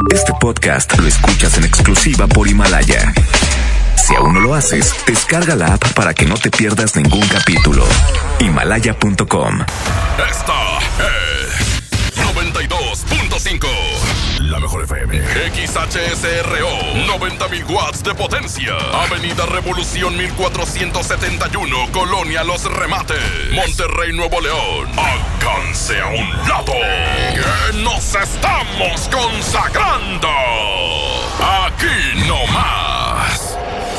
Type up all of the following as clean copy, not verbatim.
Este podcast lo escuchas en exclusiva por Himalaya. Si aún no lo haces, descarga la app para que no te pierdas ningún capítulo. Himalaya.com. Esta es 92.5. La mejor FM. XHSRO. 90,000 watts de potencia. Avenida Revolución 1471. Colonia Los Remates. Monterrey, Nuevo León. Alcance a un lado. Que nos estamos consagrando. Aquí no más.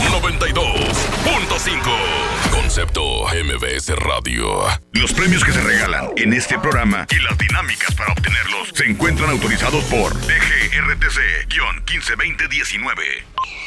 92.5. Concepto MBS Radio. Los premios que se regalan en este programa y las dinámicas para obtenerlos se encuentran autorizados por DGRTC-152019.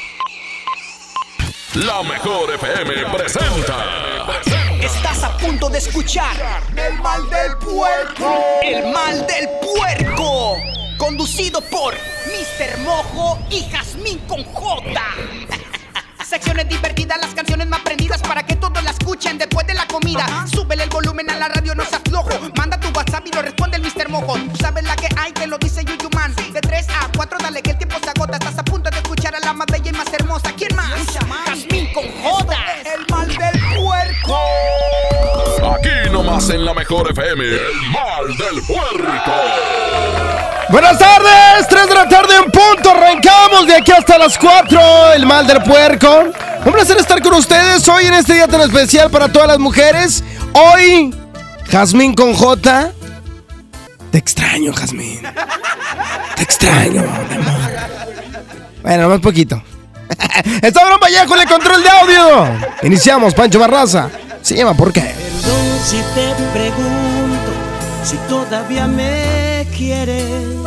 La mejor FM presenta. Estás a punto de escuchar El Mal del Puerco. El Mal del Puerco. Conducido por Mr. Mojo y Jazmín con J. Secciones divertidas, las canciones más prendidas para que todos la escuchen después de la comida. Súbele el volumen a la radio, no seas flojo. Manda tu WhatsApp y lo responde el Mr. Mojo. Tú sabes la que hay, te lo dice Yuyuman. De 3 a 4, dale que el tiempo se agota. Estás a punto de escuchar a la más bella y más hermosa. ¿Quién más? Jazmín con J. El Mal del Puerco. Aquí nomás en la mejor FM. El Mal del Puerco. Buenas tardes, 3 de la tarde en punto. Arrancamos de aquí hasta las 4. El Mal del Puerco. Un placer estar con ustedes hoy en este día tan especial para todas las mujeres. Hoy, Jazmín con J. Te extraño, Jazmín. Te extraño, mi amor. Bueno, más poquito. Está Abraham Vallejo en el control de audio. Iniciamos, Pancho Barraza. Se llama ¿Por qué? Perdón si te pregunto si todavía me quieres.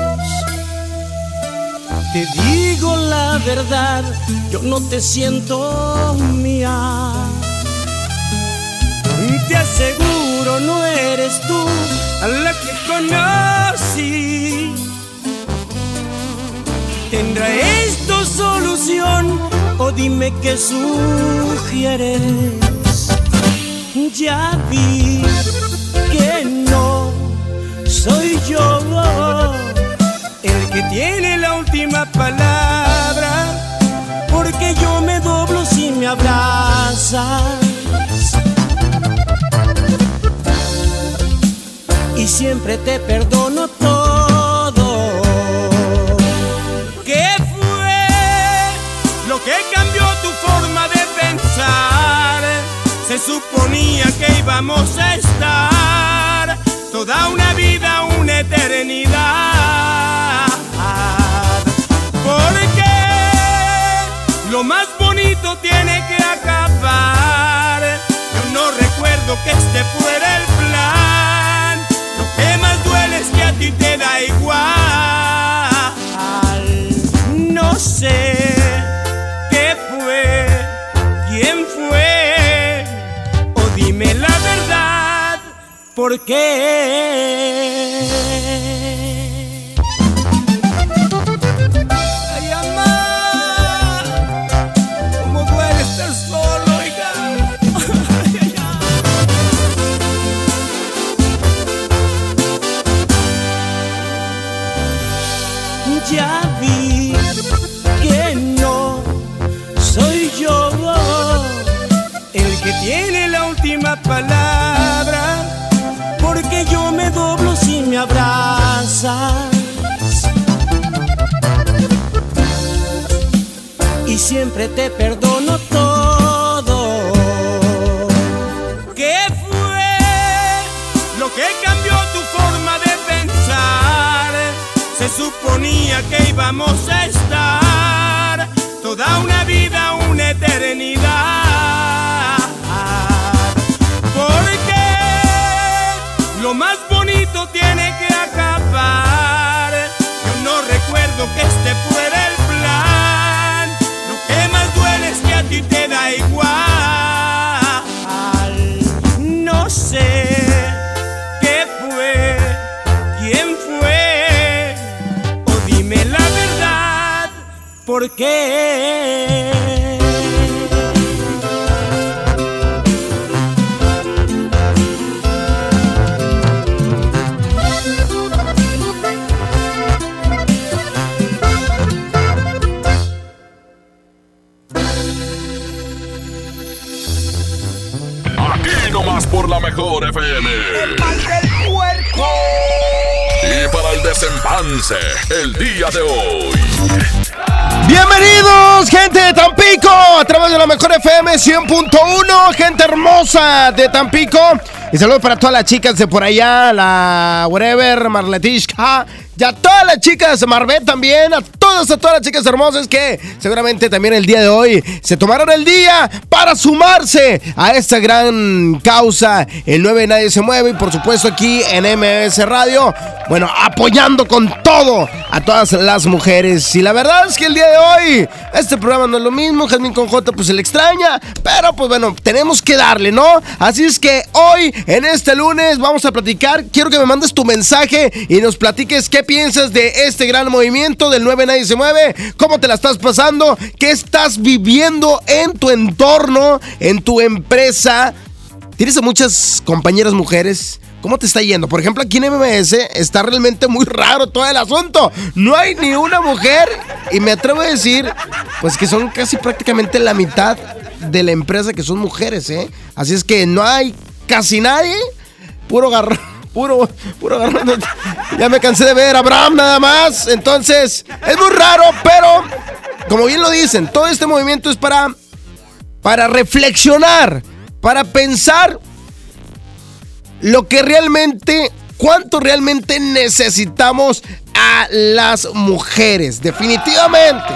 Te digo la verdad, yo no te siento mía. Te aseguro no eres tú a la que conocí. ¿Tendrá esto solución o dime qué sugieres? Ya vi que no soy yo el que tiene la última palabra, porque yo me doblo si me abrazas y siempre te perdono todo. ¿Qué fue lo que cambió tu forma de pensar? Se suponía que íbamos a estar toda una vida, una eternidad. Porque lo más bonito tiene que acabar. Yo no recuerdo que este fuera el plan. Lo que más duele es que a ti te da igual. No sé qué fue, quién fue, o dime la verdad, ¿por qué? Ay, amá, cómo duele estar solo, oiga. Ay, ay, ay. Ya vi que no soy yo el que tiene la última palabra, porque yo me doblo si me abrazas y siempre te perdono todo. ¿Qué fue lo que cambió tu forma de pensar? Se suponía que íbamos a estar toda una vida, una eternidad. Porque lo más bonito tiene que acabar. Yo no recuerdo que este fuera el plan. Lo que más duele es que a ti te da igual. No sé qué fue, quién fue, o dime la verdad, ¿por qué? mejor FM. El mal del puerco. Y para el desempance, el día de hoy. Bienvenidos, gente de Tampico, a través de la mejor FM 100.1, gente hermosa de Tampico. Y saludos para todas las chicas de por allá, la whatever, Marletishka, y a todas las chicas de Marbet también, a todas las chicas hermosas que seguramente también el día de hoy se tomaron el día para sumarse a esta gran causa, el 9 Nadie Se Mueve, y por supuesto aquí en MBS Radio, bueno, apoyando con todo a todas las mujeres. Y la verdad es que el día de hoy, este programa no es lo mismo, Jazmín con J pues se le extraña, pero pues bueno, tenemos que darle, ¿no? Así es que hoy, en este lunes, vamos a platicar, quiero que me mandes tu mensaje y nos platiques qué piensas de este gran movimiento del 9 Nadie Se Mueve, cómo te la estás pasando, qué estás viviendo en tu entorno, en tu empresa. ¿Tienes a muchas compañeras mujeres? ¿Cómo te está yendo? Por ejemplo, aquí en MBS está realmente muy raro todo el asunto. No hay ni una mujer y me atrevo a decir, pues que son casi prácticamente la mitad de la empresa que son mujeres, ¿eh? Así es que no hay casi nadie, puro garrón. Puro garrón. Ya me cansé de ver a Abraham nada más. Entonces, es muy raro, pero como bien lo dicen, todo este movimiento es para reflexionar, para pensar lo que realmente, cuánto realmente necesitamos a las mujeres. Definitivamente.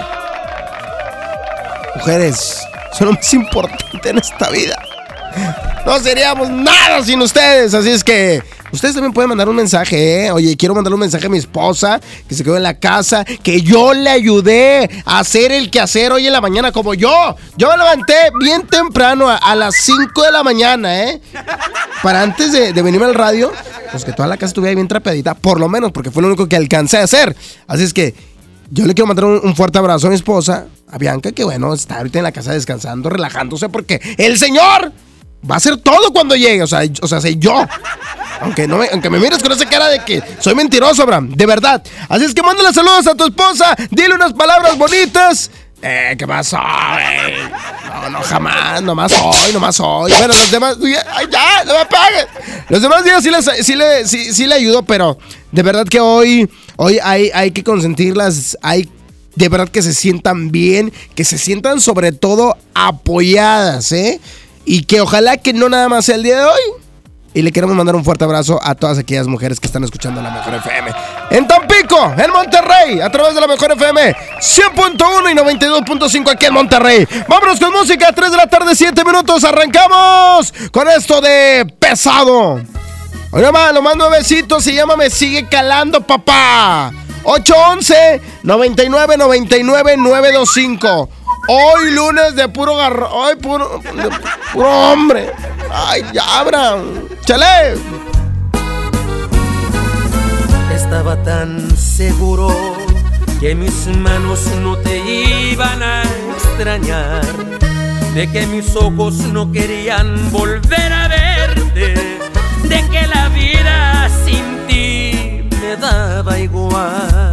Mujeres son lo más importante en esta vida. No seríamos nada sin ustedes. Así es que ustedes también pueden mandar un mensaje, ¿eh? Oye, quiero mandar un mensaje a mi esposa que se quedó en la casa, que yo le ayudé a hacer el quehacer hoy en la mañana como yo. Yo me levanté bien temprano a las 5 de la mañana, ¿eh? Para antes de venirme al radio, pues que toda la casa estuviera bien trapeadita, por lo menos, porque fue lo único que alcancé a hacer. Así es que yo le quiero mandar un fuerte abrazo a mi esposa, a Bianca, que bueno, está ahorita en la casa descansando, relajándose, porque el Señor va a hacer todo cuando llegue, o sea, soy yo. Aunque me mires con esa cara de que soy mentiroso, Abraham, de verdad. Así es que mándale saludos a tu esposa, dile unas palabras bonitas. ¿Qué pasó, güey? No, jamás, nomás hoy. Bueno, los demás, ay, ya, no me apagues. Los demás días sí le ayudo, pero de verdad que hoy hay que consentirlas, hay de verdad que se sientan bien, que se sientan sobre todo apoyadas, ¿eh? Y que ojalá que no nada más sea el día de hoy. Y le queremos mandar un fuerte abrazo a todas aquellas mujeres que están escuchando la Mejor FM. En Tampico, en Monterrey, a través de la Mejor FM 100.1 y 92.5 aquí en Monterrey. Vámonos con música, 3 de la tarde, 7 minutos. Arrancamos con esto de pesado. Oye, nomás, lo mando besitos, se llama Me Sigue Calando, papá. 811-9999-925. Hoy lunes de puro garro. Hoy puro hombre. Ay, ya, Abraham. ¡Chale! Estaba tan seguro que mis manos no te iban a extrañar, de que mis ojos no querían volver a verte, de que la vida sin ti me daba igual.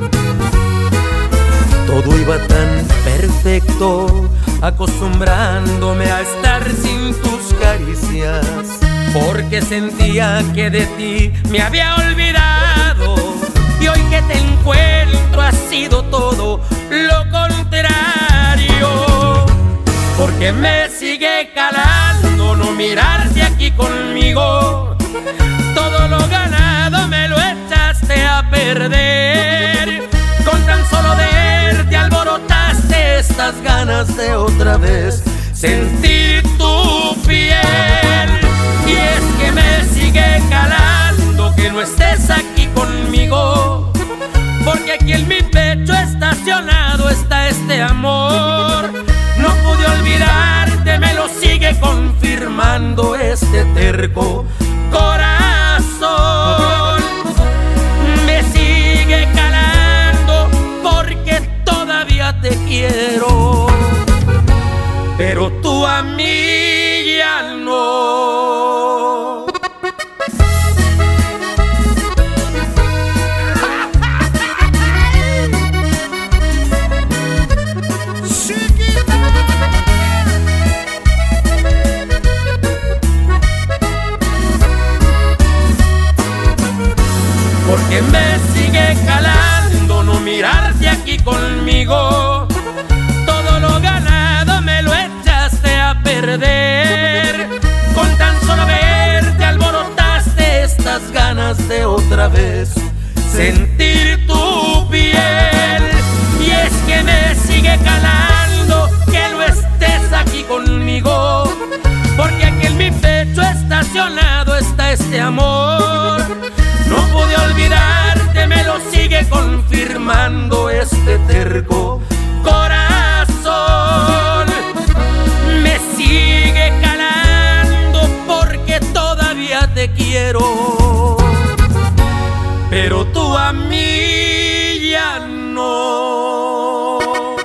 Todo iba tan perfecto, acostumbrándome a estar sin tus caricias, porque sentía que de ti me había olvidado. Y hoy que te encuentro ha sido todo lo contrario, porque me sigue calando no mirarte aquí conmigo. Todo lo ganado me lo echaste a perder. Con tan solo verte alborotaste estas ganas de otra vez sentir tu piel. Y es que me sigue calando que no estés aquí conmigo, porque aquí en mi pecho estacionado está este amor. No pude olvidarte, me lo sigue confirmando este terco corazón. Me sigue calando porque todavía te quiero, pero tú a mí ya no. aquí conmigo. Todo lo ganado me lo echaste a perder. Con tan solo verte alborotaste estas ganas de otra vez sentir tu piel. Y es que me sigue calando que no estés aquí conmigo, porque aquí en mi pecho estacionado está este amor. No pude olvidarte, me lo sigue confirmando este terco corazón. Me sigue calando porque todavía te quiero, pero tú a mí ya no.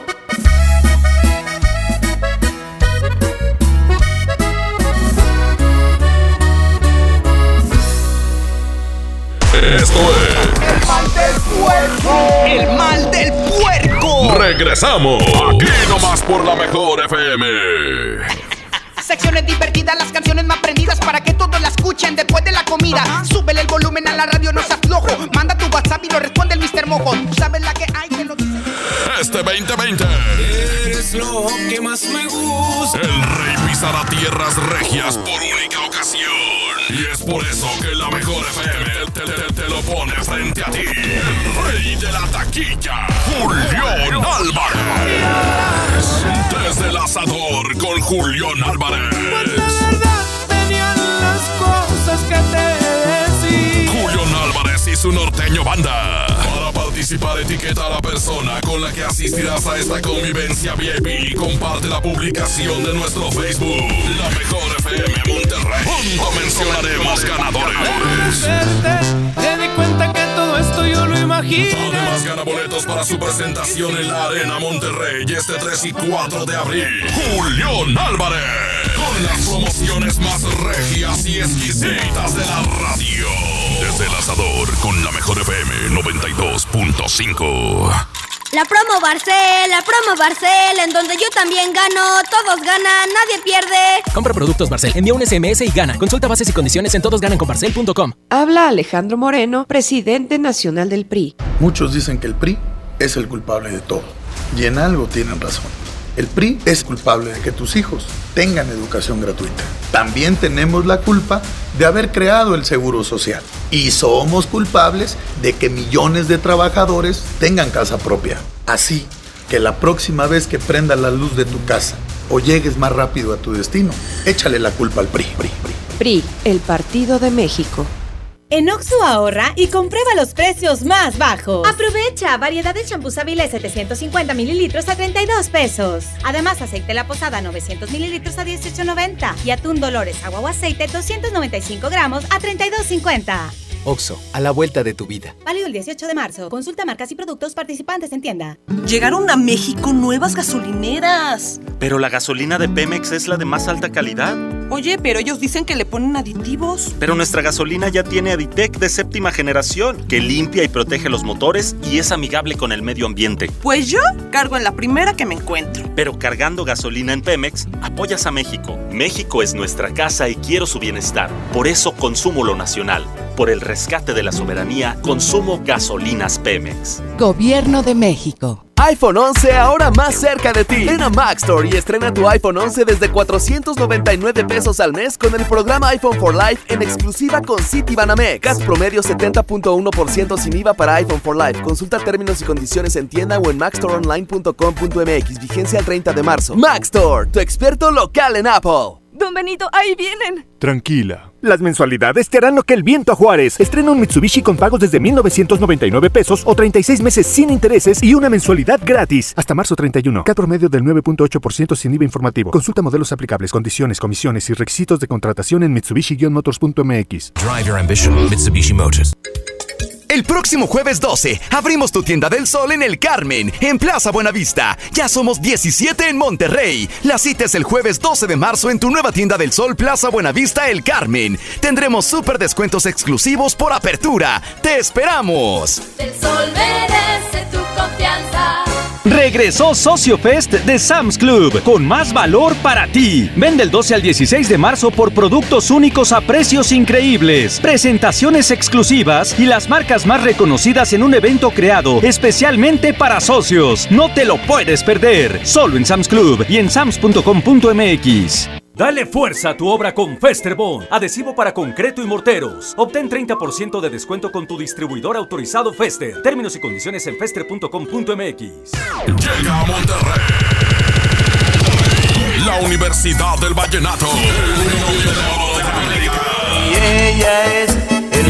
Esto es El mal del puerco. El mal del puerco. Regresamos aquí nomás por la mejor FM. Secciones divertidas, las canciones más prendidas para que todos la escuchen después de la comida. Súbele el volumen a la radio, no seas flojo. Manda tu WhatsApp y lo responde el Mr. Mojo. Tú sabes la que hay, que lo dice. Este 2020 Eres lo que más me gusta. el rey pisará tierras regias por única ocasión. Y es por eso que la mejor FM te lo pone frente a ti. El rey de la taquilla, Julián Álvarez. Desde el asador con Julián Álvarez. Pues la verdad tenían las cosas que te decía. Julián Álvarez y su norteño banda. Para participar, etiqueta a la persona con la que asistirás a esta convivencia VIP y comparte la publicación de nuestro Facebook, La Mejor FM Monterrey. Juntos mencionaremos ganadores. Te di cuenta que todo esto yo lo imagino. Además, gana boletos para su presentación en la Arena Monterrey este 3 y 4 de abril. Julián Álvarez, con las promociones más regias y exquisitas de la radio. Desde el asador con la Mejor FM 92.5. La promo Barcel, en donde yo también gano, todos ganan, nadie pierde. Compra productos Barcel, envía un SMS y gana. Consulta bases y condiciones en todosgananconbarcel.com. Habla Alejandro Moreno, presidente nacional del PRI. Muchos dicen que el PRI es el culpable de todo. Y en algo tienen razón. El PRI es culpable de que tus hijos tengan educación gratuita. También tenemos la culpa de haber creado el Seguro Social. Y somos culpables de que millones de trabajadores tengan casa propia. Así que la próxima vez que prenda la luz de tu casa o llegues más rápido a tu destino, échale la culpa al PRI. PRI, el Partido de México. En Oxxo ahorra y comprueba los precios más bajos. Aprovecha variedad de champús Avilés 750 mililitros a 32 pesos. Además, aceite La Posada 900 mililitros a 18.90 y atún Dolores agua o aceite 295 gramos a 32.50. Oxxo, a la vuelta de tu vida. Válido el 18 de marzo. Consulta marcas y productos participantes en tienda. Llegaron a México nuevas gasolineras. Pero la gasolina de Pemex es la de más alta calidad. Oye, pero ellos dicen que le ponen aditivos. Pero nuestra gasolina ya tiene Aditec de 7ª generación, que limpia y protege los motores y es amigable con el medio ambiente. Pues yo cargo en la primera que me encuentro. Pero cargando gasolina en Pemex, apoyas a México. México es nuestra casa y quiero su bienestar. Por eso consumo lo nacional. Por el rescate de la soberanía, consumo gasolinas Pemex. Gobierno de México. iPhone 11 ahora más cerca de ti. Ven a Mac Store y estrena tu iPhone 11 desde 499 pesos al mes con el programa iPhone for Life en exclusiva con Citibanamex. CAT promedio 70.1% sin IVA para iPhone for Life. Consulta términos y condiciones en tienda o en macstoreonline.com.mx. Vigencia el 30 de marzo. Mac Store, tu experto local en Apple. Don Benito, ahí vienen. Tranquila. Las mensualidades te harán lo que el viento a Juárez. Estrena un Mitsubishi con pagos desde 1,999 pesos o 36 meses sin intereses y una mensualidad gratis. Hasta marzo 31. CAT promedio del 9.8% sin IVA informativo. Consulta modelos aplicables, condiciones, comisiones y requisitos de contratación en Mitsubishi-motors.mx. Drive your ambition, Mitsubishi Motors. El próximo jueves 12 abrimos tu tienda del sol en El Carmen, en Plaza Buenavista. Ya somos 17 en Monterrey. La cita es el jueves 12 de marzo en tu nueva tienda del sol Plaza Buenavista El Carmen. Tendremos súper descuentos exclusivos por apertura. ¡Te esperamos! El sol merece tu confianza. Regresó Socio Fest de Sam's Club, con más valor para ti. Ven del 12 al 16 de marzo por productos únicos a precios increíbles, presentaciones exclusivas y las marcas más reconocidas en un evento creado especialmente para socios. No te lo puedes perder, solo en Sam's Club y en sams.com.mx. Dale fuerza a tu obra con Festerbond, adhesivo para concreto y morteros. Obtén 30% de descuento con tu distribuidor autorizado Fester. Términos y condiciones en fester.com.mx. Llega a Monterrey la Universidad del Vallenato. Y ella es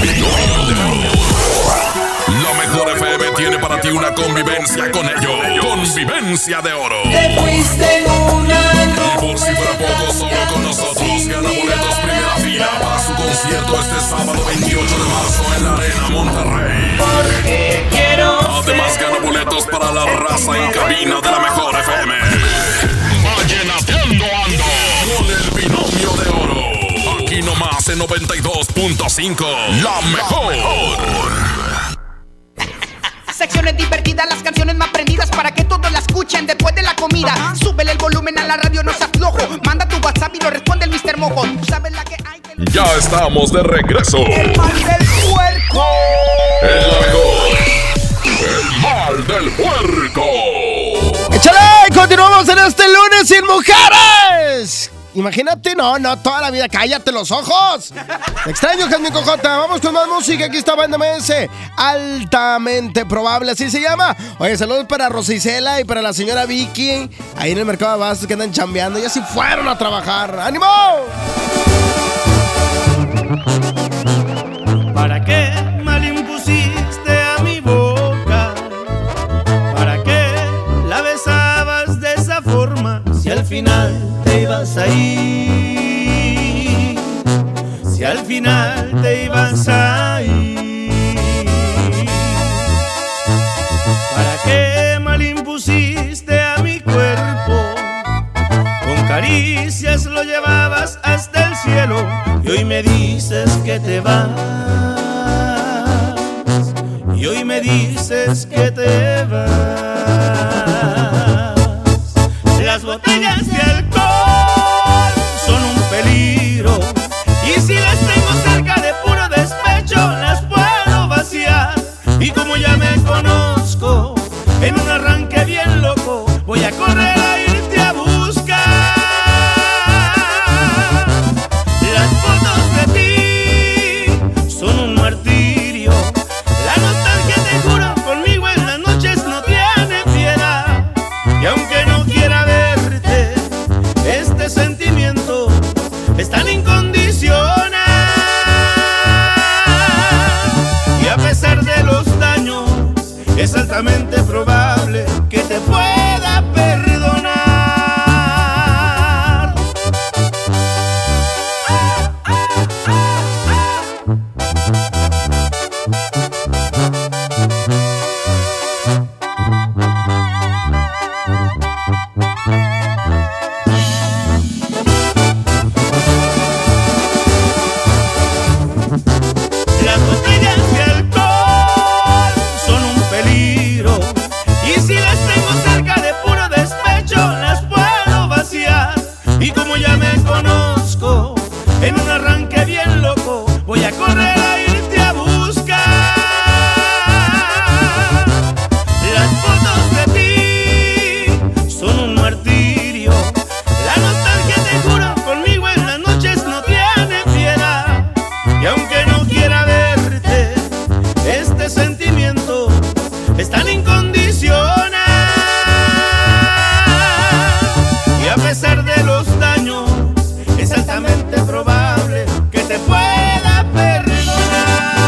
La mejor FM tiene para ti una convivencia con ellos. Convivencia de oro. Te fuiste en una. Y por si fuera poco, solo con nosotros gana boletos primera fila para su concierto este sábado 28 de marzo en la Arena Monterrey. Porque quiero. Además gana boletos para la raza en cabina de la mejor FM. Vallenateando ando con el binomio de oro. Aquí nomás en 92.5. La mejor. Secciones divertidas, las canciones más prendidas para que todos la escuchen después de la comida. Súbele el volumen a la radio, no se aflojo. Manda tu WhatsApp y lo responde el Mr. Mojo. Tú sabes la que hay que... Ya estamos de regreso. El mal del puerco. El mejor. El mal del puerco. ¡Échale! Continuamos en este lunes sin mujeres. Imagínate, no, toda la vida, cállate los ojos. Te extraño, Jasmine Cojota. Vamos con más música. Aquí está Banda MS, altamente probable, así se llama. Oye, saludos para Rosa Isela y para la señora Vicky, ahí en el mercado de abastos que andan chambeando. Ya sí fueron a trabajar. ¡Ánimo! ¿Para qué mal impusiste a mi boca? ¿Para qué la besabas de esa forma? Si al final te ibas a ir, si al final te ibas a ir. ¿Para qué mal impusiste a mi cuerpo? Con caricias lo llevabas hasta el cielo y hoy me dices que te vas, y hoy me dices que te vas. Las botellas de alcohol son un peligro y si las tengo cerca de puro despecho las puedo vaciar. Y como ya me conozco, en un arranque bien loco voy a correr a irte a buscar. Las fotos de ti son un martirio, la nostalgia te juro conmigo en las noches no tiene piedad. Y aunque no quiera verte, este sentimiento es tan incondicional. Y a pesar de los daños, es altamente probable que te pueda perdonar. Las botellas de alcohol son un peligro y si las tengo cerca de puro despecho las puedo vaciar. Y como ya me conozco, en un arranque bien loco voy a correr a irte a buscar. Las fotos de ti son un martirio, la nostalgia te juro conmigo en las noches no tiene piedad. Y aunque no quiera verte, este sentimiento es tan incondicional. Y a pesar de los daños, es altamente probable que te pueda perdonar.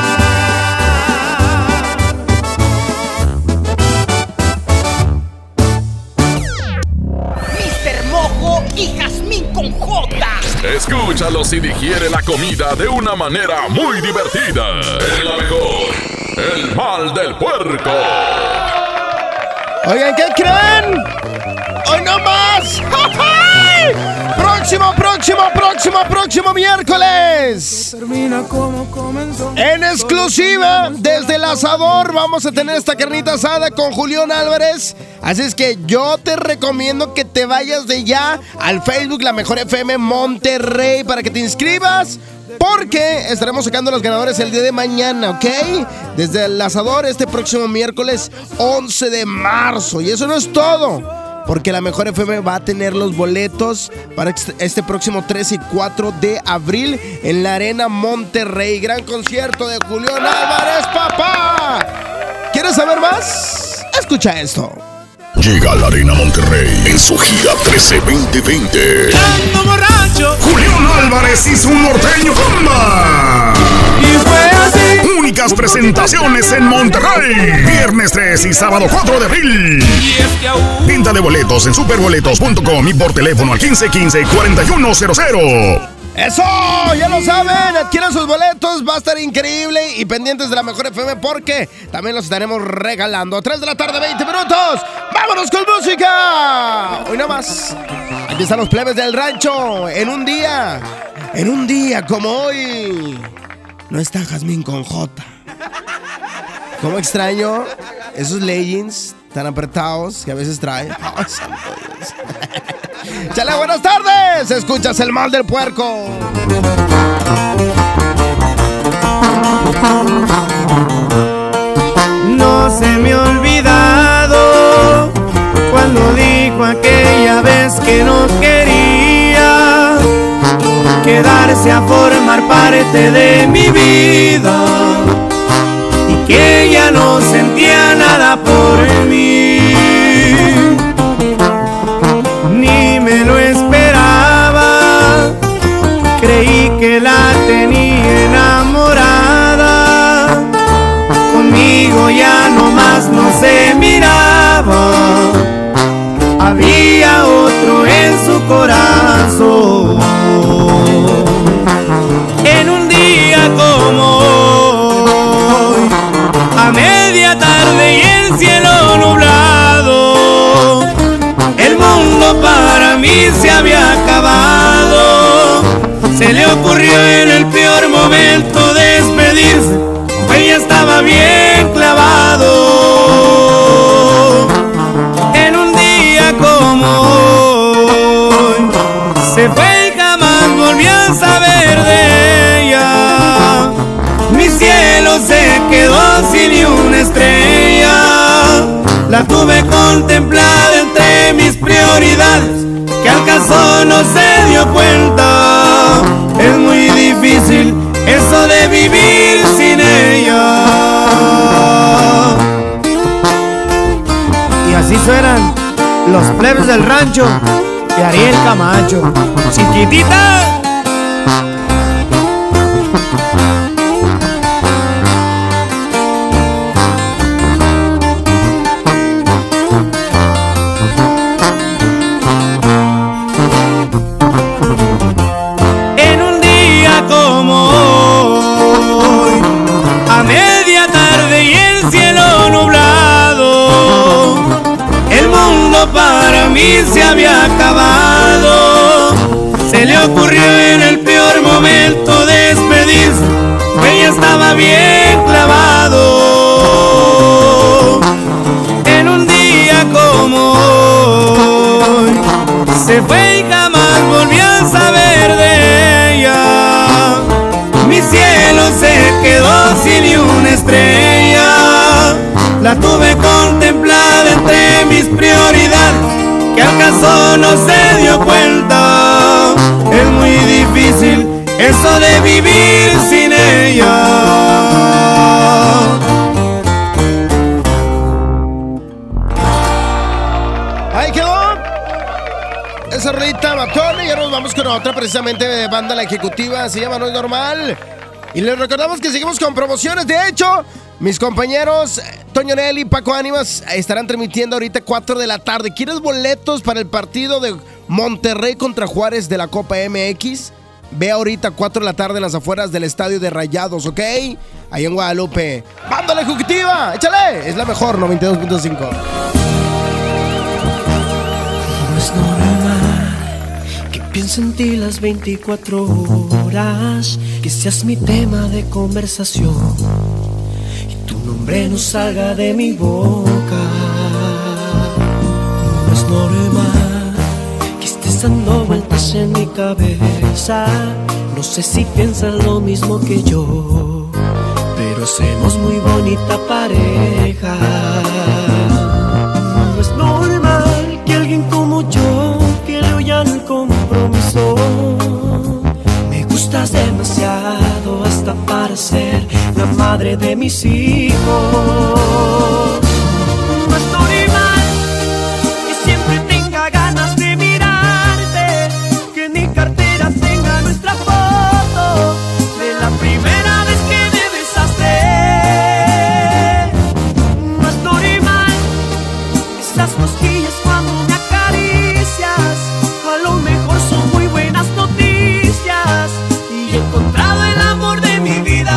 Mr. Mojo y Jazmín con J. Escúchalos y digiere la comida de una manera muy divertida. En la mejor, el mal del puerco. Oigan, ¿qué creen? ¡Hoy no más! ¡Ja, ja! Próximo miércoles. En exclusiva, desde el asador, vamos a tener esta carnita asada con Julián Álvarez. Así es que yo te recomiendo que te vayas de ya al Facebook La Mejor FM Monterrey para que te inscribas. Porque estaremos sacando los ganadores el día de mañana, ¿ok? Desde el asador este próximo miércoles 11 de marzo. Y eso no es todo. Porque La Mejor FM va a tener los boletos para este próximo 3 y 4 de abril en la Arena Monterrey. Gran concierto de Julián Álvarez, papá. ¿Quieres saber más? Escucha esto. Llega a la Arena Monterrey en su gira 13-2020. Ando borracho. Julián Álvarez y su norteño comba. Y fue así. Únicas presentaciones en Monterrey. Viernes 3 y sábado 4 de abril. Y es que aún... Venta de boletos en superboletos.com y por teléfono al 1515-4100. ¡Eso! Ya lo saben, adquieran sus boletos, va a estar increíble y pendientes de La Mejor FM porque también los estaremos regalando. 3 de la tarde, 20 minutos. ¡Vámonos con música! Hoy nada más. Aquí están los plebes del rancho. En un día como hoy, no está Jazmín con J. ¿Cómo extraño esos leggings tan apretados que a veces trae? ¡Ay, santo Dios! ¡Chale, buenas tardes! Escuchas el mal del puerco. No se me ha olvidado cuando dijo aquella vez que no quería quedarse a formar parte de mi vida y que ella no sentía nada por mí. Ni me lo esperaba, creí que la tenía enamorada, conmigo ya nomás no se miraba, había otro en su corazón. En un día como hoy, a media tarde y el cielo nublado, el mundo para mí se había acabado. Se le ocurrió en el peor momento despedirse, pues ella estaba bien clavado. En un día como hoy, se fue y jamás volví a saber de ella. Mi cielo se quedó sin ni una estrella. La tuve contemplada entre mis prioridades, que al caso no se dio cuenta. Es muy difícil eso de vivir sin ella. Y así suenan los plebes del rancho de Ariel Camacho. Chiquitita. Para mí se había acabado. Se le ocurrió en el peor momento despedirse, pues ella estaba bien clavado. En un día como hoy, se fue y jamás volví a saber de ella. Mi cielo se quedó sin ni una estrella. La tuve contemplada entre mis prioridades, que al caso no se dio cuenta. Es muy difícil eso de vivir sin ella. Ahí quedó esa rolita matona y ahora nos vamos con otra precisamente de banda La Ejecutiva. Se llama No Es Normal. Y les recordamos que seguimos con promociones. De hecho, mis compañeros Toño Nelly y Paco Ánimas estarán transmitiendo ahorita 4 de la tarde. ¿Quieres boletos para el partido de Monterrey contra Juárez de la Copa MX? Ve ahorita 4 de la tarde en las afueras del estadio de Rayados, ¿ok? Ahí en Guadalupe. ¡Banda La Ejecutiva! ¡Échale! Es la mejor, 92.5. No es normal consentí las 24 horas, que seas mi tema de conversación y tu nombre no salga de mi boca. No es normal que estés dando vueltas en mi cabeza. No sé si piensas lo mismo que yo, pero hacemos muy bonita pareja. No es normal que alguien como yo, que le huyan el compromiso. Me gustas demasiado hasta para ser la madre de mis hijos. No es normal que siempre tenga ganas de mirarte, que mi cartera tenga nuestra foto de la primera vez que me besaste. No es normal esas cosquillas cuando me acaricias. A lo mejor son muy buenas noticias y he encontrado el amor de mi vida.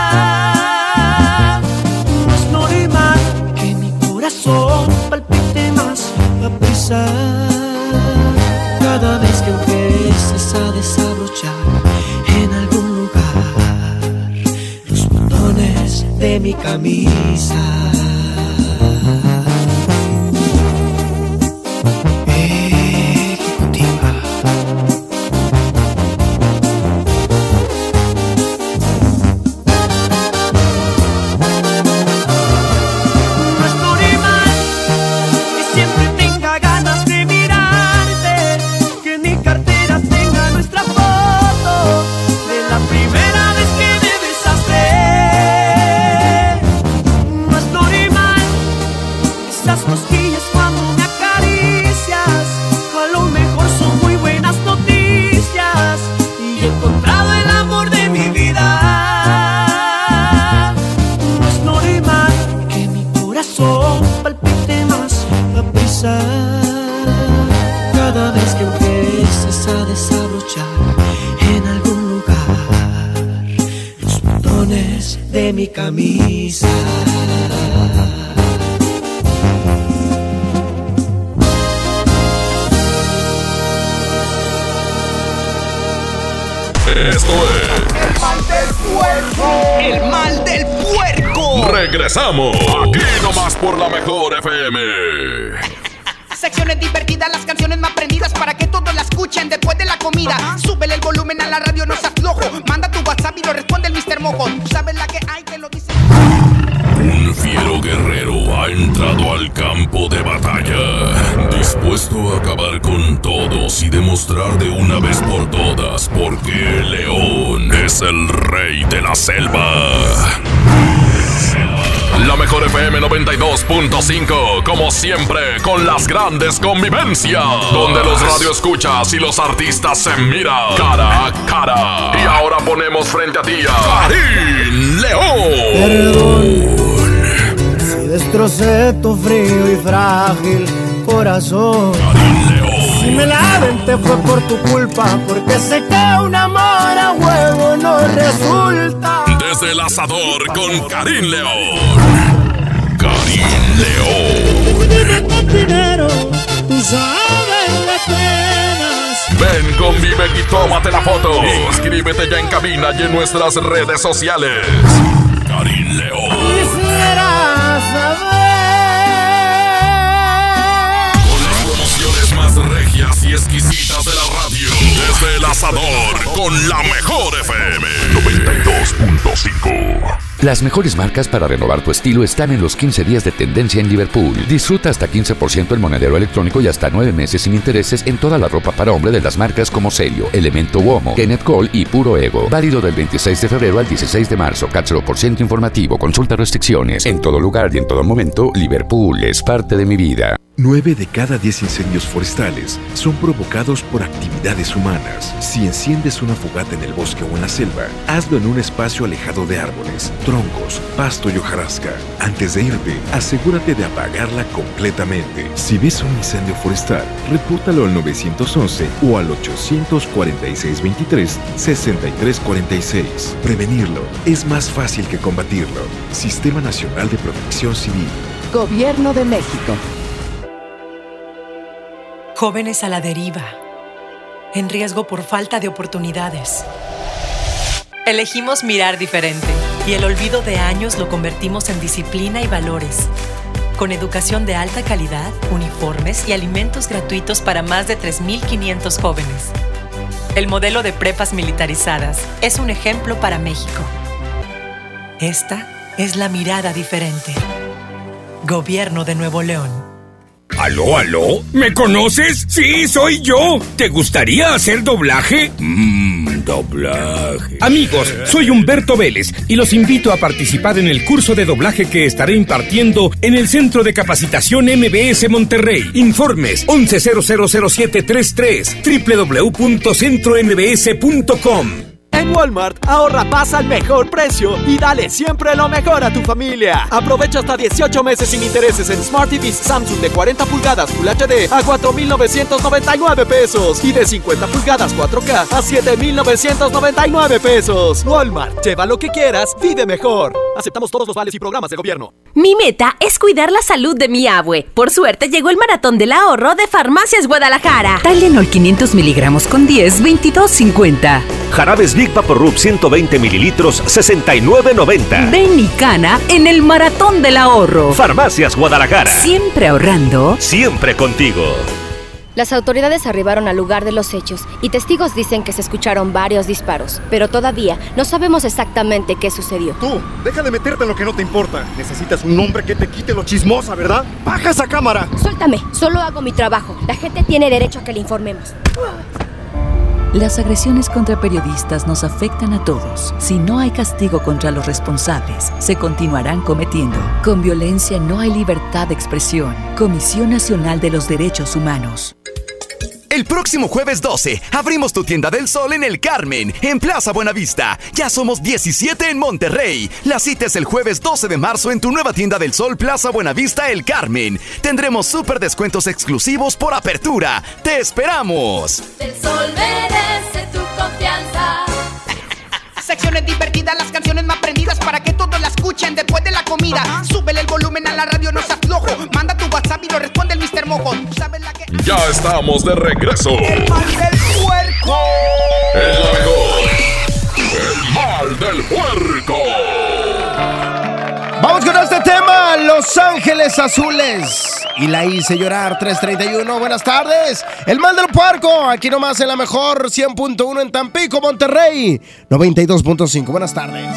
No es normal que mi corazón palpite más a pesar cada vez que empieces a desabrochar en algún lugar los botones de mi camisa. Cada vez que empieces a desabrochar en algún lugar los botones de mi camisa. Esto es El mal del puerco. El mal del puerco. Regresamos aquí nomás por la mejor FM. Secciones divertidas, las canciones más prendidas para que todos la escuchen después de la comida. Súbele el volumen a la radio, no seas flojo. Manda tu WhatsApp y lo responde el Mr. Mojo. Tú sabes la que hay, que lo dice. Un fiero guerrero ha entrado al campo de batalla, dispuesto a acabar con todos y demostrar de una vez por todas por qué el león es el rey de la selva. La mejor FM 92.5, como siempre, con las grandes convivencias, donde los radioescuchas y los artistas se miran cara a cara. Y ahora ponemos frente a ti a Karim León. Si destrocé tu frío y frágil corazón, si me la aventé fue por tu culpa, porque sé que un amor a huevo no resulta. Desde el asador con Karim León. Karim León. Dime con dinero, tú sabes las penas. Ven, convive y tómate la foto. Inscríbete ya en cabina y en nuestras redes sociales. Karim León. Quisiera saber. Con las promociones más regias y exquisitas de la radio. Desde el asador con la mejor FM 92.5. Las mejores marcas para renovar tu estilo están en los 15 días de tendencia en Liverpool. Disfruta hasta 15% en monedero electrónico y hasta 9 meses sin intereses en toda la ropa para hombre de las marcas como Celio, Elemento Uomo, Kenneth Cole y Puro Ego. Válido del 26 de febrero al 16 de marzo. Cápsula por ciento informativo. Consulta restricciones. En todo lugar y en todo momento, Liverpool es parte de mi vida. 9 de cada 10 incendios forestales son provocados por actividades humanas. Si enciendes una fogata en el bosque o en la selva, hazlo en un espacio alejado de árboles, troncos, pasto y hojarasca. Antes de irte, asegúrate de apagarla completamente. Si ves un incendio forestal, repórtalo al 911 o al 846-23-6346. Prevenirlo es más fácil que combatirlo. Sistema Nacional de Protección Civil. Gobierno de México. Jóvenes a la deriva, en riesgo por falta de oportunidades. Elegimos mirar diferente y el olvido de años lo convertimos en disciplina y valores. Con educación de alta calidad, uniformes y alimentos gratuitos para más de 3,500 jóvenes. El modelo de prepas militarizadas es un ejemplo para México. Esta es la mirada diferente. Gobierno de Nuevo León. ¿Aló, aló? ¿Me conoces? Sí, soy yo. ¿Te gustaría hacer doblaje? Doblaje. Amigos, soy Humberto Vélez y los invito a participar en el curso de doblaje que estaré impartiendo en el Centro de Capacitación MBS Monterrey. Informes 11000733 www.centrombs.com. En Walmart, ahorra más al mejor precio y dale siempre lo mejor a tu familia. Aprovecha hasta 18 meses sin intereses en Smart TVs Samsung de 40 pulgadas Full HD a 4,999 pesos y de 50 pulgadas 4K a 7,999 pesos. Walmart, lleva lo que quieras, vive mejor. Aceptamos todos los vales y programas del gobierno. Mi meta es cuidar la salud de mi abue. Por suerte llegó el maratón del ahorro de Farmacias Guadalajara. Tylenol 500 miligramos con 10, $22.50. Jarabes Big Vaporub 120 mililitros, $69.90. Ven y cana en el maratón del ahorro. Farmacias Guadalajara. Siempre ahorrando. Siempre contigo. Las autoridades arribaron al lugar de los hechos y testigos dicen que se escucharon varios disparos, pero todavía no sabemos exactamente qué sucedió. Tú, deja de meterte en lo que no te importa. Necesitas un hombre que te quite lo chismosa, ¿verdad? ¡Baja esa cámara! Suéltame, solo hago mi trabajo. La gente tiene derecho a que le informemos. Las agresiones contra periodistas nos afectan a todos. Si no hay castigo contra los responsables, se continuarán cometiendo. Con violencia no hay libertad de expresión. Comisión Nacional de los Derechos Humanos. El próximo jueves 12, abrimos tu tienda del sol en El Carmen, en Plaza Buenavista. Ya somos 17 en Monterrey. La cita es el jueves 12 de marzo en tu nueva tienda del sol Plaza Buenavista El Carmen. Tendremos súper descuentos exclusivos por apertura. ¡Te esperamos! El sol merece tu confianza. Secciones divertidas, las canciones más prendidas para que todos la escuchen después de la comida. Súbele el volumen a la radio, no seas flojo. Manda tu WhatsApp y lo responde el Mr. Mojo. ¿Sabes la que? Ya estamos de regreso. El mal del puerco. Es la mejor. El mal del puerco. Vamos con este tema, Los Ángeles Azules. Y la hice llorar, 331, buenas tardes. El mal del puerco, aquí nomás en la mejor 100.1 en Tampico, Monterrey, 92.5, buenas tardes.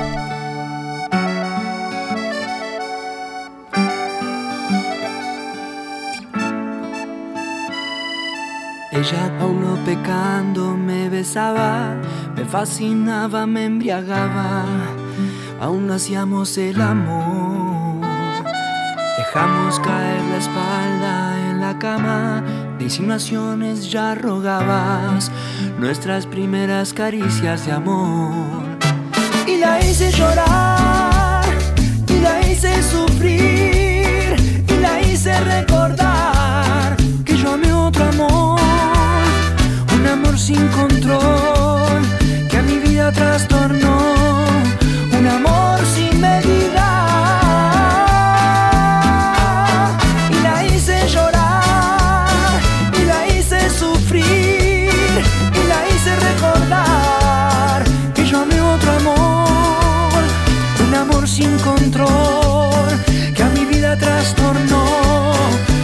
Ella aún no pecando me besaba, me fascinaba, me embriagaba, aún hacíamos el amor. Dejamos caer la espalda en la cama, de insinuaciones ya rogabas, nuestras primeras caricias de amor. Y la hice llorar, y la hice sufrir, y la hice recordar que yo amé otro amor, un amor sin control, que a mi vida trastornó, un amor sin medida. Sin control, que a mi vida trastornó,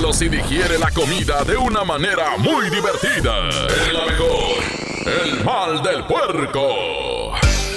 Pruébalos y digiere la comida de una manera muy divertida. En la mejor, El Mal del Puerco.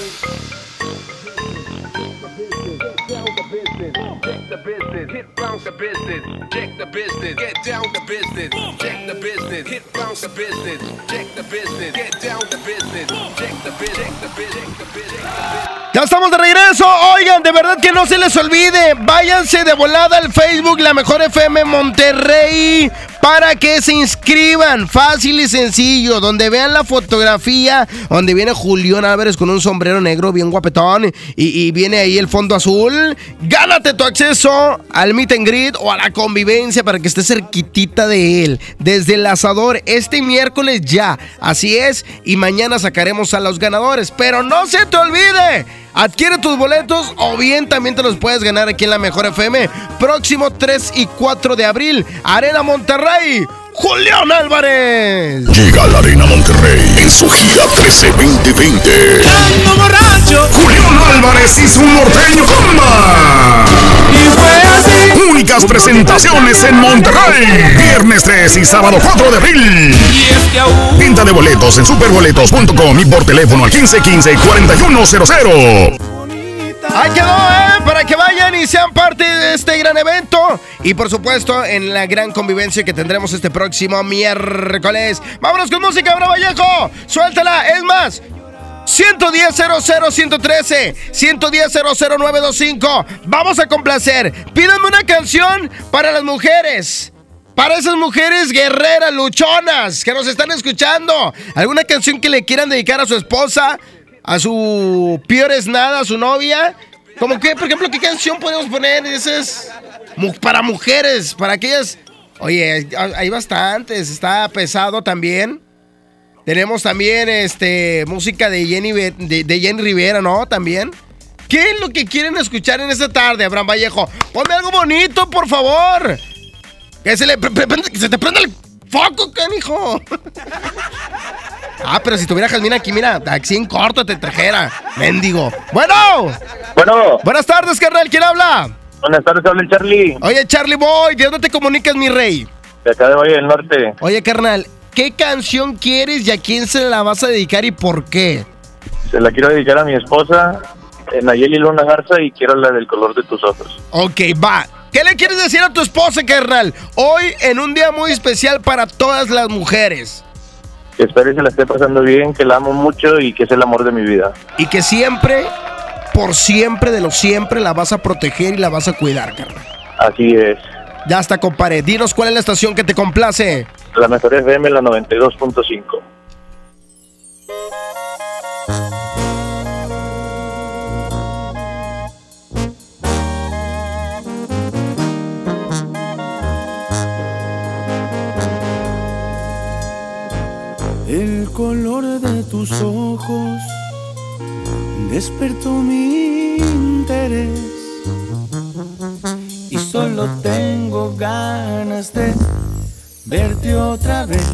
Ya estamos de regreso. Oigan, de verdad que no se les olvide, váyanse de volada al Facebook La Mejor FM Monterrey para que se inscriban, fácil y sencillo, donde vean la fotografía, donde viene Julián Álvarez con un sombrero negro bien guapetón y viene ahí el fondo azul. Gánate tu acceso al meet and greet o a la convivencia para que estés cerquitita de él, desde el asador este miércoles ya, así es, y mañana sacaremos a los ganadores, pero no se te olvide, adquiere tus boletos o bien también te los puedes ganar aquí en La Mejor FM, próximo 3 y 4 de abril, Arena Monterrey, Julián Álvarez. Llega a la Arena Monterrey en su gira 13 2020. Julián Álvarez y su norteño comba. Y fue así. Únicas presentaciones en Monterrey. Viernes 3 y sábado 4 de abril. Venta de boletos en superboletos.com y por teléfono al 1515-4100. Ahí quedó, para que vayan y sean parte de este gran evento. Y por supuesto, en la gran convivencia que tendremos este próximo miércoles. Vámonos con música, Bravo Vallejo. Suéltala, es más. 110-00-113, 110-00-925. Vamos a complacer. Pídanme una canción para las mujeres. Para esas mujeres guerreras, luchonas, que nos están escuchando. ¿Alguna canción que le quieran dedicar a su esposa? A su peor es nada, a su novia. Como que, por ejemplo, ¿qué canción podemos poner? Esa es para mujeres, para aquellas. Oye, hay bastantes, está pesado también. Tenemos también música de Jenny Rivera, ¿no? También. ¿Qué es lo que quieren escuchar en esta tarde, Abraham Vallejo? Ponme algo bonito, por favor. Que se te prenda el foco, canijo. Pero si tuviera Jazmín aquí, mira, así en corto te trajera, mendigo. Bueno. Buenas tardes, carnal, ¿quién habla? Buenas tardes, habla el Charlie. Oye, Charlie Boy, ¿de dónde te comunicas, mi rey? De acá de Valle del Norte. Oye, carnal, ¿qué canción quieres y a quién se la vas a dedicar y por qué? Se la quiero dedicar a mi esposa, Nayeli Luna Garza, y quiero la del color de tus ojos. Ok, va. ¿Qué le quieres decir a tu esposa, carnal? Hoy en un día muy especial para todas las mujeres. Que espero que se la esté pasando bien, que la amo mucho y que es el amor de mi vida. Y que siempre, por siempre de lo siempre, la vas a proteger y la vas a cuidar, carnal. Así es. Ya está, compadre. Dinos cuál es la estación que te complace. La Mejor FM, la 92.5. El color de tus ojos despertó mi interés y solo tengo ganas de verte otra vez.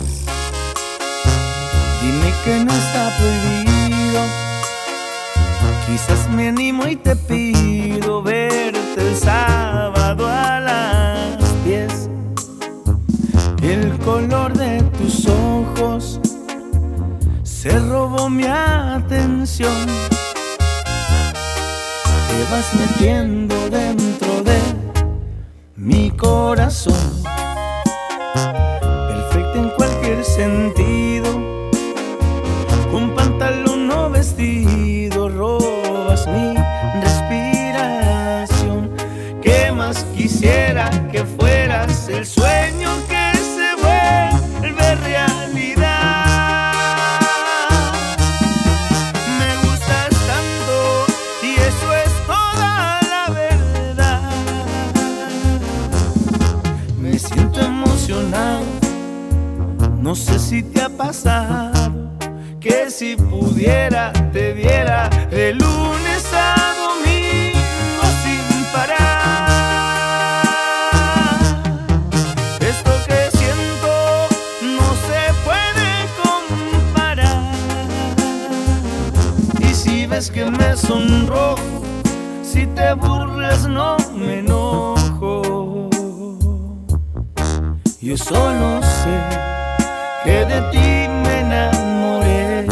Dime que no está prohibido, quizás me animo y te pido verte el sábado a las 10. El color de tus ojos se robó mi atención. Te vas metiendo dentro de mi corazón, perfecta en cualquier sentido, con pantalón o vestido, robas mi respiración. ¿Qué más quisiera que fueras el sueño que se vuelve realidad? No sé si te ha pasado que si pudiera te viera de lunes a domingo sin parar. Esto que siento no se puede comparar. Y si ves que me sonrojo, si te burlas no me enojo. Yo solo sé que de ti me enamoré.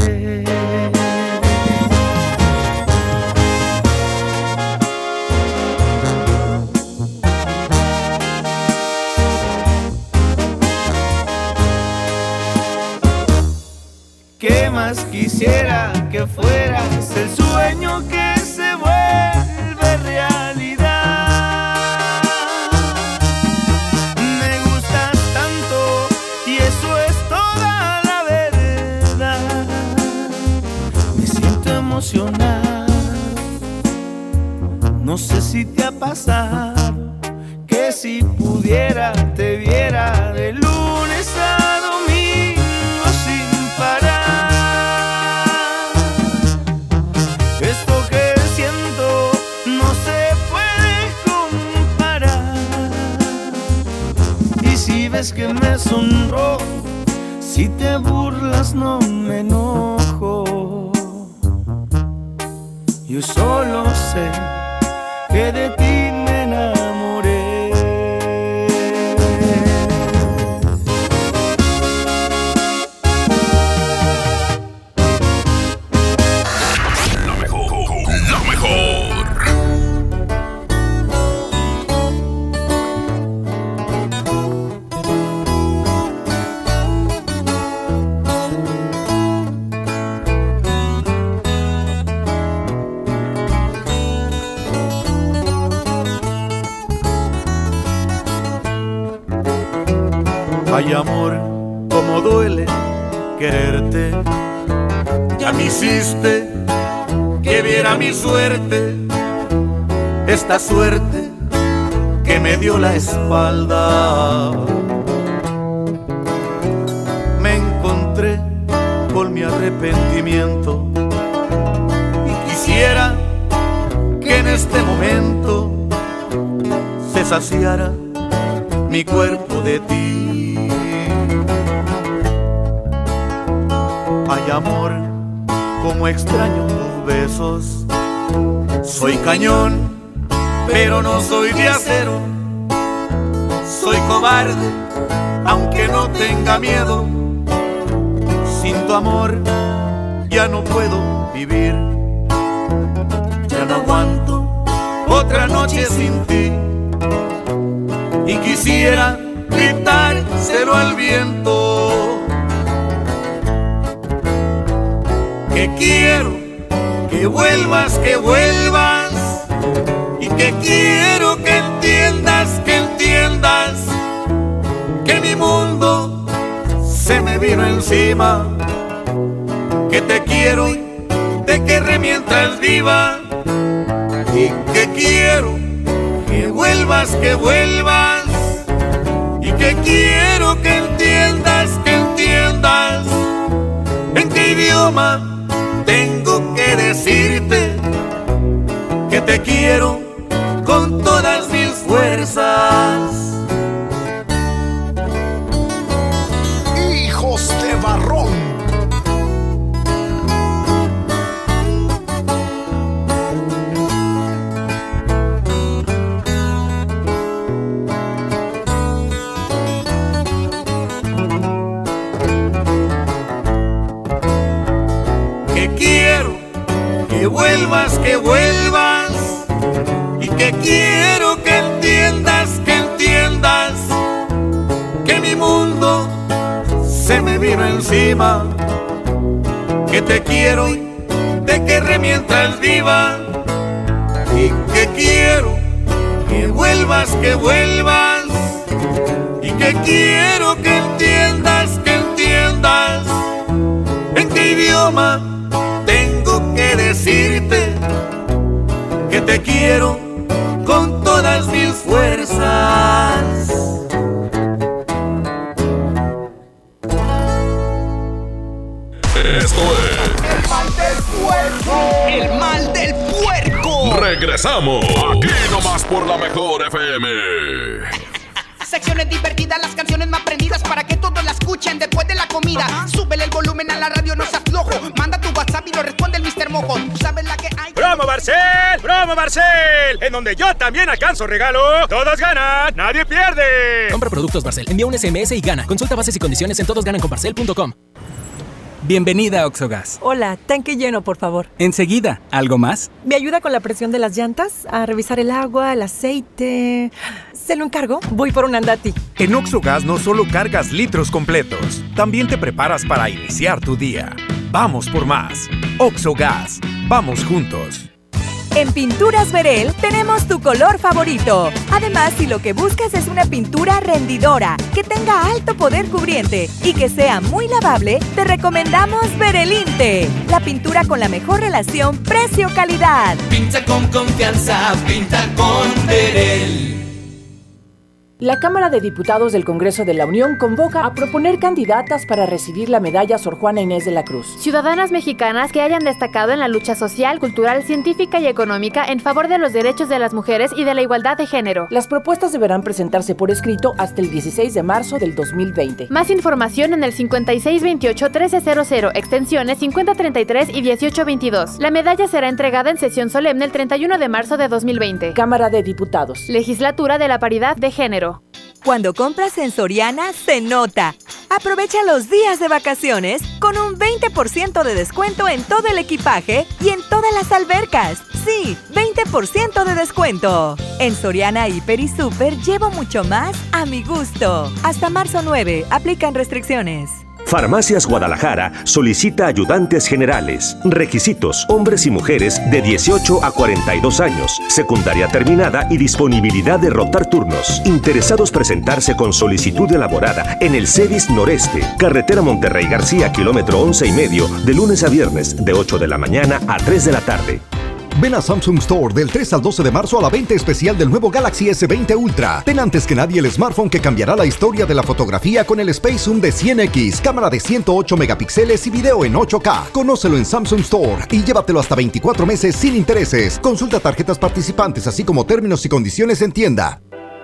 ¿Qué más quisiera que fueras el sueño que se vuelve realidad? Me gustas tanto y eso es toda la verdad. Me siento emocionado. No sé si te ha pasado que si pudiera te viera de lunes a domingo sin parar. Es que me sonrojo, si te burlas no me enojo. Yo solo sé que de ti me enamoré. La mejor. Ay, amor, cómo duele quererte. Ya me hiciste que viera mi suerte, esta suerte que me dio la espalda. Me encontré con mi arrepentimiento y quisiera que en este momento se saciara mi cuerpo de ti. Ay, amor, como extraño tus besos. Soy cañón, pero no soy de acero. Soy cobarde, aunque no tenga miedo. Sin tu amor ya no puedo vivir. Ya no aguanto otra noche sin ti. Y quisiera gritárselo al viento, que quiero que vuelvas, y que quiero que entiendas, que mi mundo se me vino encima, que te quiero, te querré mientras viva, y que quiero que vuelvas, y que quiero que entiendas, en qué idioma tengo que decirte que te quiero con todas mis fuerzas. Hijos de Barrón. Que vuelvas, y que quiero que entiendas, que mi mundo se me vino encima, que te quiero, te querré mientras viva, y que quiero que vuelvas, y que quiero que entiendas, en qué idioma tengo que decirte que te quiero con todas mis fuerzas. Esto es El mal del puerco. El mal del puerco. Regresamos. Aquí nomás por la mejor FM. Secciones divertidas, las canciones más prendidas para que todos la escuchen después de la comida. Súbele el volumen a la radio, no seas flojo. Manda tu WhatsApp WhatsApp y lo responde el Mr. Mojo. Tú sabes la que hay. ¡Promo Barcel! ¡Promo Barcel! En donde yo también alcanzo regalo. Todos ganan, nadie pierde. Compra productos Barcel, envía un SMS y gana. Consulta bases y condiciones en todosgananconbarcel.com. Bienvenida a Oxogas. Hola, tanque lleno, por favor. Enseguida, ¿algo más? ¿Me ayuda con la presión de las llantas? A revisar el agua, el aceite... ¿Se lo encargo? Voy por un Andati. En Oxogas no solo cargas litros completos, también te preparas para iniciar tu día. Vamos por más. Oxogas. Vamos juntos. En Pinturas Verel tenemos tu color favorito. Además, si lo que buscas es una pintura rendidora, que tenga alto poder cubriente y que sea muy lavable, te recomendamos Verelinte, la pintura con la mejor relación precio-calidad. Pinta con confianza, pinta con Verel. La Cámara de Diputados del Congreso de la Unión convoca a proponer candidatas para recibir la medalla Sor Juana Inés de la Cruz. Ciudadanas mexicanas que hayan destacado en la lucha social, cultural, científica y económica en favor de los derechos de las mujeres y de la igualdad de género. Las propuestas deberán presentarse por escrito hasta el 16 de marzo del 2020. Más información en el 5628-1300, extensiones 5033 y 1822. La medalla será entregada en sesión solemne el 31 de marzo de 2020. Cámara de Diputados. Legislatura de la Paridad de Género. Cuando compras en Soriana, se nota. Aprovecha los días de vacaciones con un 20% de descuento en todo el equipaje y en todas las albercas. Sí, 20% de descuento. En Soriana, Hiper y Super llevo mucho más a mi gusto. Hasta marzo 9, aplican restricciones. Farmacias Guadalajara solicita ayudantes generales. Requisitos: hombres y mujeres de 18 a 42 años, secundaria terminada y disponibilidad de rotar turnos. Interesados presentarse con solicitud elaborada en el CEDIS Noreste, carretera Monterrey García, kilómetro 11.5, de lunes a viernes, de 8 de la mañana a 3 de la tarde. Ven a Samsung Store del 3 al 12 de marzo a la venta especial del nuevo Galaxy S20 Ultra. Ten antes que nadie el smartphone que cambiará la historia de la fotografía con el Space Zoom de 100X, cámara de 108 megapíxeles y video en 8K. Conócelo en Samsung Store y llévatelo hasta 24 meses sin intereses. Consulta tarjetas participantes así como términos y condiciones en tienda.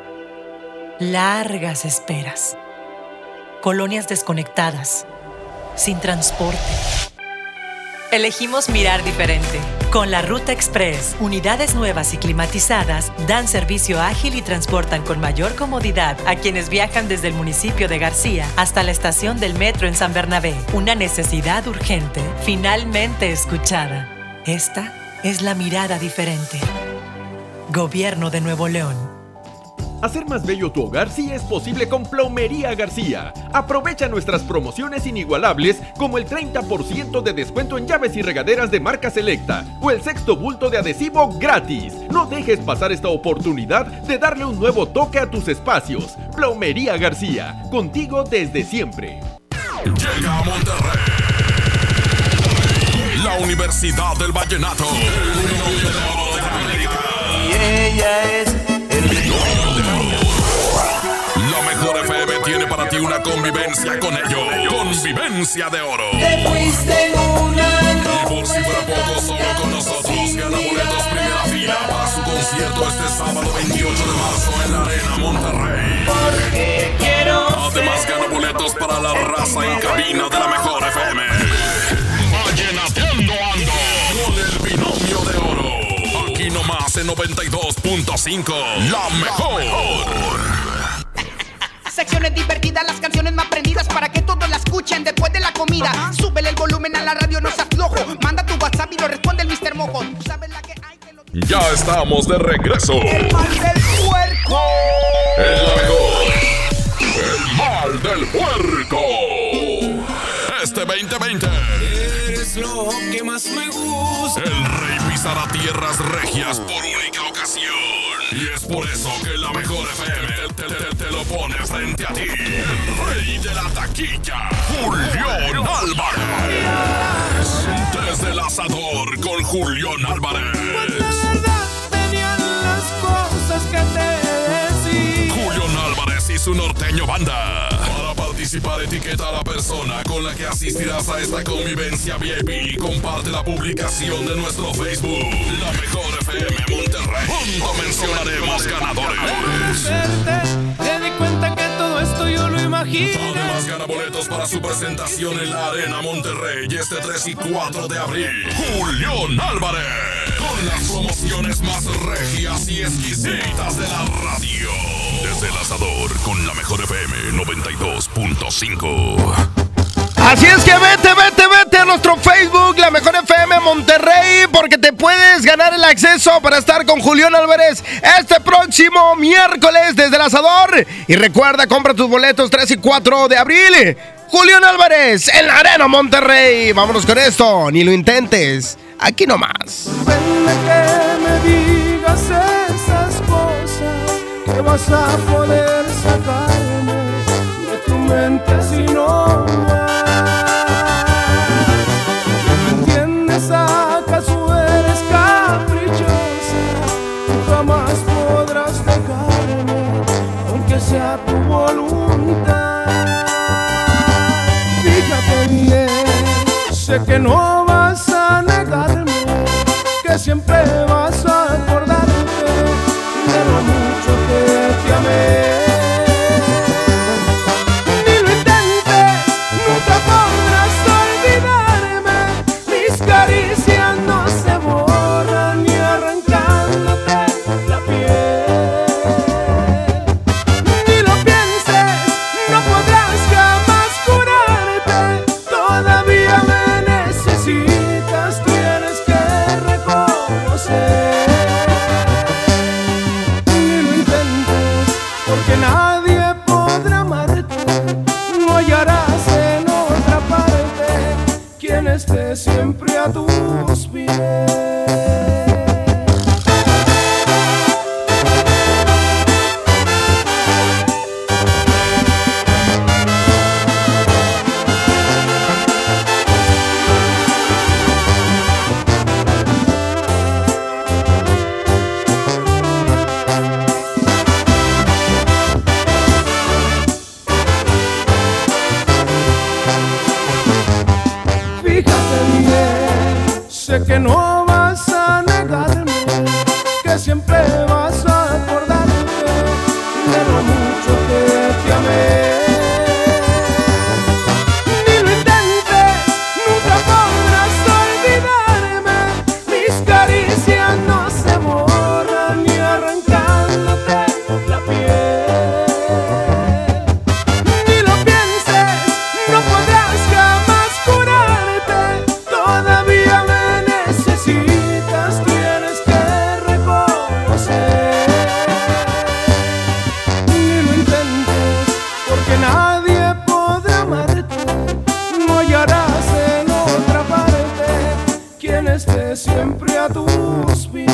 Largas esperas. Colonias desconectadas. Sin transporte. Elegimos mirar diferente. Con la Ruta Express, unidades nuevas y climatizadas dan servicio ágil y transportan con mayor comodidad a quienes viajan desde el municipio de García hasta la estación del metro en San Bernabé. Una necesidad urgente, finalmente escuchada. Esta es la mirada diferente. Gobierno de Nuevo León. Hacer más bello tu hogar sí es posible con Plomería García. Aprovecha nuestras promociones inigualables como el 30% de descuento en llaves y regaderas de marca selecta o el sexto bulto de adhesivo gratis. No dejes pasar esta oportunidad de darle un nuevo toque a tus espacios. Plomería García, contigo desde siempre. Llega a Monterrey la Universidad del Vallenato. Y ella es La Mejor FM tiene para ti una convivencia con ellos. Convivencia de oro. Te fuiste en un año. Y por si fuera poco, solo con nosotros gana boletos primera fila para su concierto este sábado 28 de marzo en la Arena Monterrey. Porque quiero. Además gana boletos para la raza en cabina de la Mejor FM. Vallenateando ando con el binomio de oro. Aquí nomás en 92.5. La Mejor. Secciones divertidas, las canciones más prendidas para que todos la escuchen después de la comida. Súbele el volumen a la radio, no seas flojo. Manda tu WhatsApp y lo responde el Mr. Mojo. ¿Tú sabes la que hay? Ya estamos de regreso. El mal del puerco. El mejor. El mal del puerco. Este 2020. Eres lo que más me gusta. El rey pisará tierras regias por única ocasión. Y es por eso que la Mejor FM te lo pone frente a ti. El rey de la taquilla, Julián Álvarez. Desde el asador con Julián Álvarez. Tenían las cosas que te decía. Julián Álvarez y su norteño banda. Para participar, etiqueta a la persona con la que asistirás a esta convivencia VIP y comparte la publicación de nuestro Facebook. La Mejor FM Monterrey. Junto mencionaremos ganadores. Te di cuenta que todo todo esto yo lo imagino. Además gana boletos para su presentación en la Arena Monterrey este 3 y 4 de abril. Julián Álvarez, con las promociones más regias y exquisitas de la radio. Desde el Asador con la mejor FM 92.5. Así es que vete a nuestro Facebook, La Mejor FM Monterrey, porque te puedes ganar el acceso para estar con Julián Álvarez este próximo miércoles desde el Asador. Y recuerda, compra tus boletos 3 y 4 de abril. Julián Álvarez en la Arena Monterrey. Vámonos con esto, ni lo intentes, aquí nomás. Sorprende que me digas esas cosas, que vas a poder sacarme de tu mente si no vas. ¿Acaso eres caprichosa? Tú jamás podrás dejarme, aunque sea tu voluntad. Fíjate bien, sé que no vas a negarme, que siempre vas a acordarte de lo mucho que te amé. Ni lo intentes, nunca podrás olvidarme. Mis caricias no se borran ni arrancándote la piel. Ni lo pienses, no podrás jamás curarte. Todavía me necesitas, tienes que reconocer. Ni lo intentes, porque nadie podrá amarte. No hallarás en otra parte quien esté siempre a tus pies. Fíjate bien, sé que no vas a negarme, que siempre vas a acordarte de lo mucho que te amé. Ni lo intentes, nunca podrás olvidarme. Mis caricias no se borran ni arrancándote la piel. Ni lo pienses, no podrás jamás curarte. Todavía me necesitas, tienes que reconocer. Ni lo intentes, porque nadie podrá amarte. No hallarás en otra parte quien esté siempre a tus pies.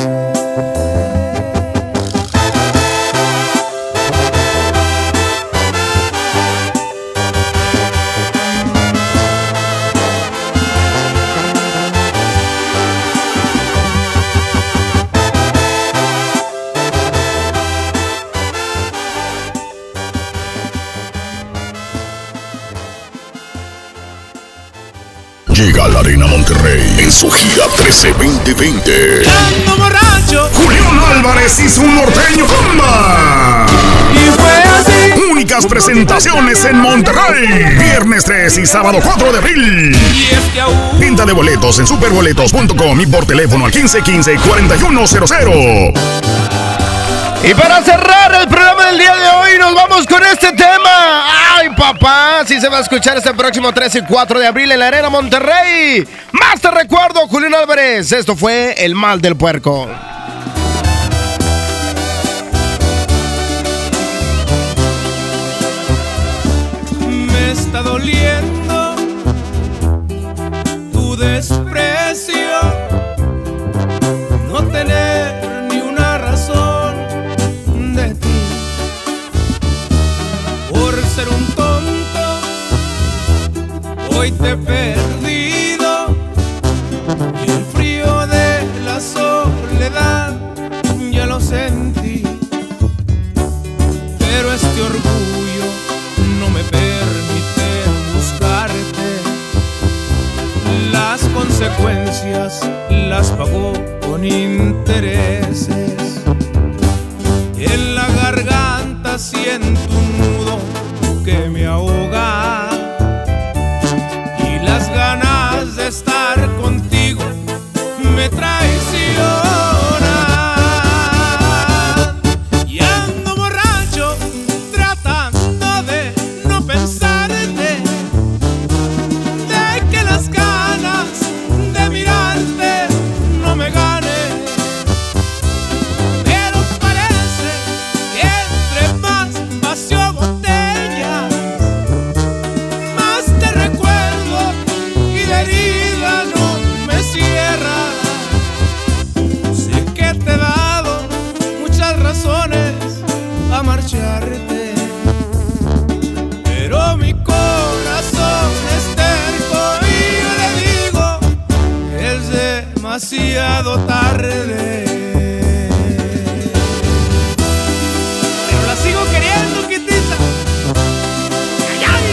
Llega a la Arena Monterrey en su gira 13-2020. Ando borracho. Julián Álvarez y su norteño comba. Y fue así. Únicas presentaciones en Monterrey. Viernes 3 y sábado 4 de abril. Y es que aún Venta de boletos en superboletos.com y por teléfono al 1515-4100. Y para cerrar el programa del día de hoy, nos vamos con este tema. ¡Ay, papá! Sí se va a escuchar este próximo 3 y 4 de abril en la Arena Monterrey. Más te recuerdo, Julián Álvarez. Esto fue El Mal del Puerco. me está doliendo tu desprecio, no tener ni una razón de ti, por ser un tonto, hoy te he perdido, y el frío de la soledad ya lo sentí, pero este orgullo no me permite buscarte. Las consecuencias las pagó con intereses. En la garganta siento un nudo demasiado tarde. Pero la sigo queriendo, Quitita. ¡Ay, ay!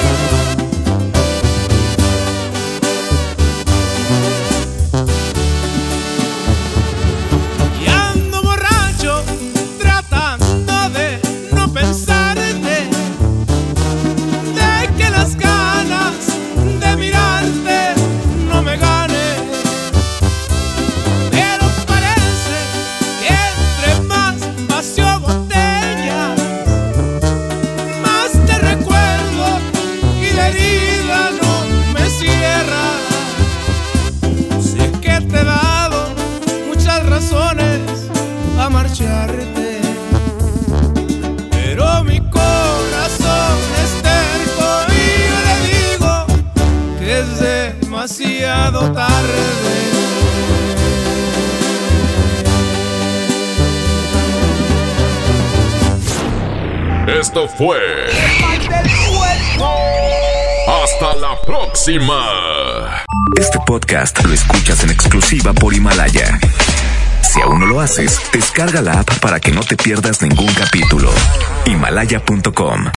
Y ando borracho tratando de no pensarte, de que las ganas de mirarte no me ganen. Pero parece que entre más vació botellas, más te recuerdo y la herida no me cierra. Sé que te he dado muchas razones a marcharte, pero mi corazón es terco y yo le digo que es demasiado tarde. Esto fue El mal del puerco. Hasta la próxima. Este podcast lo escuchas en exclusiva por Himalaya. Si aún no lo haces, descarga la app para que no te pierdas ningún capítulo. Himalaya.com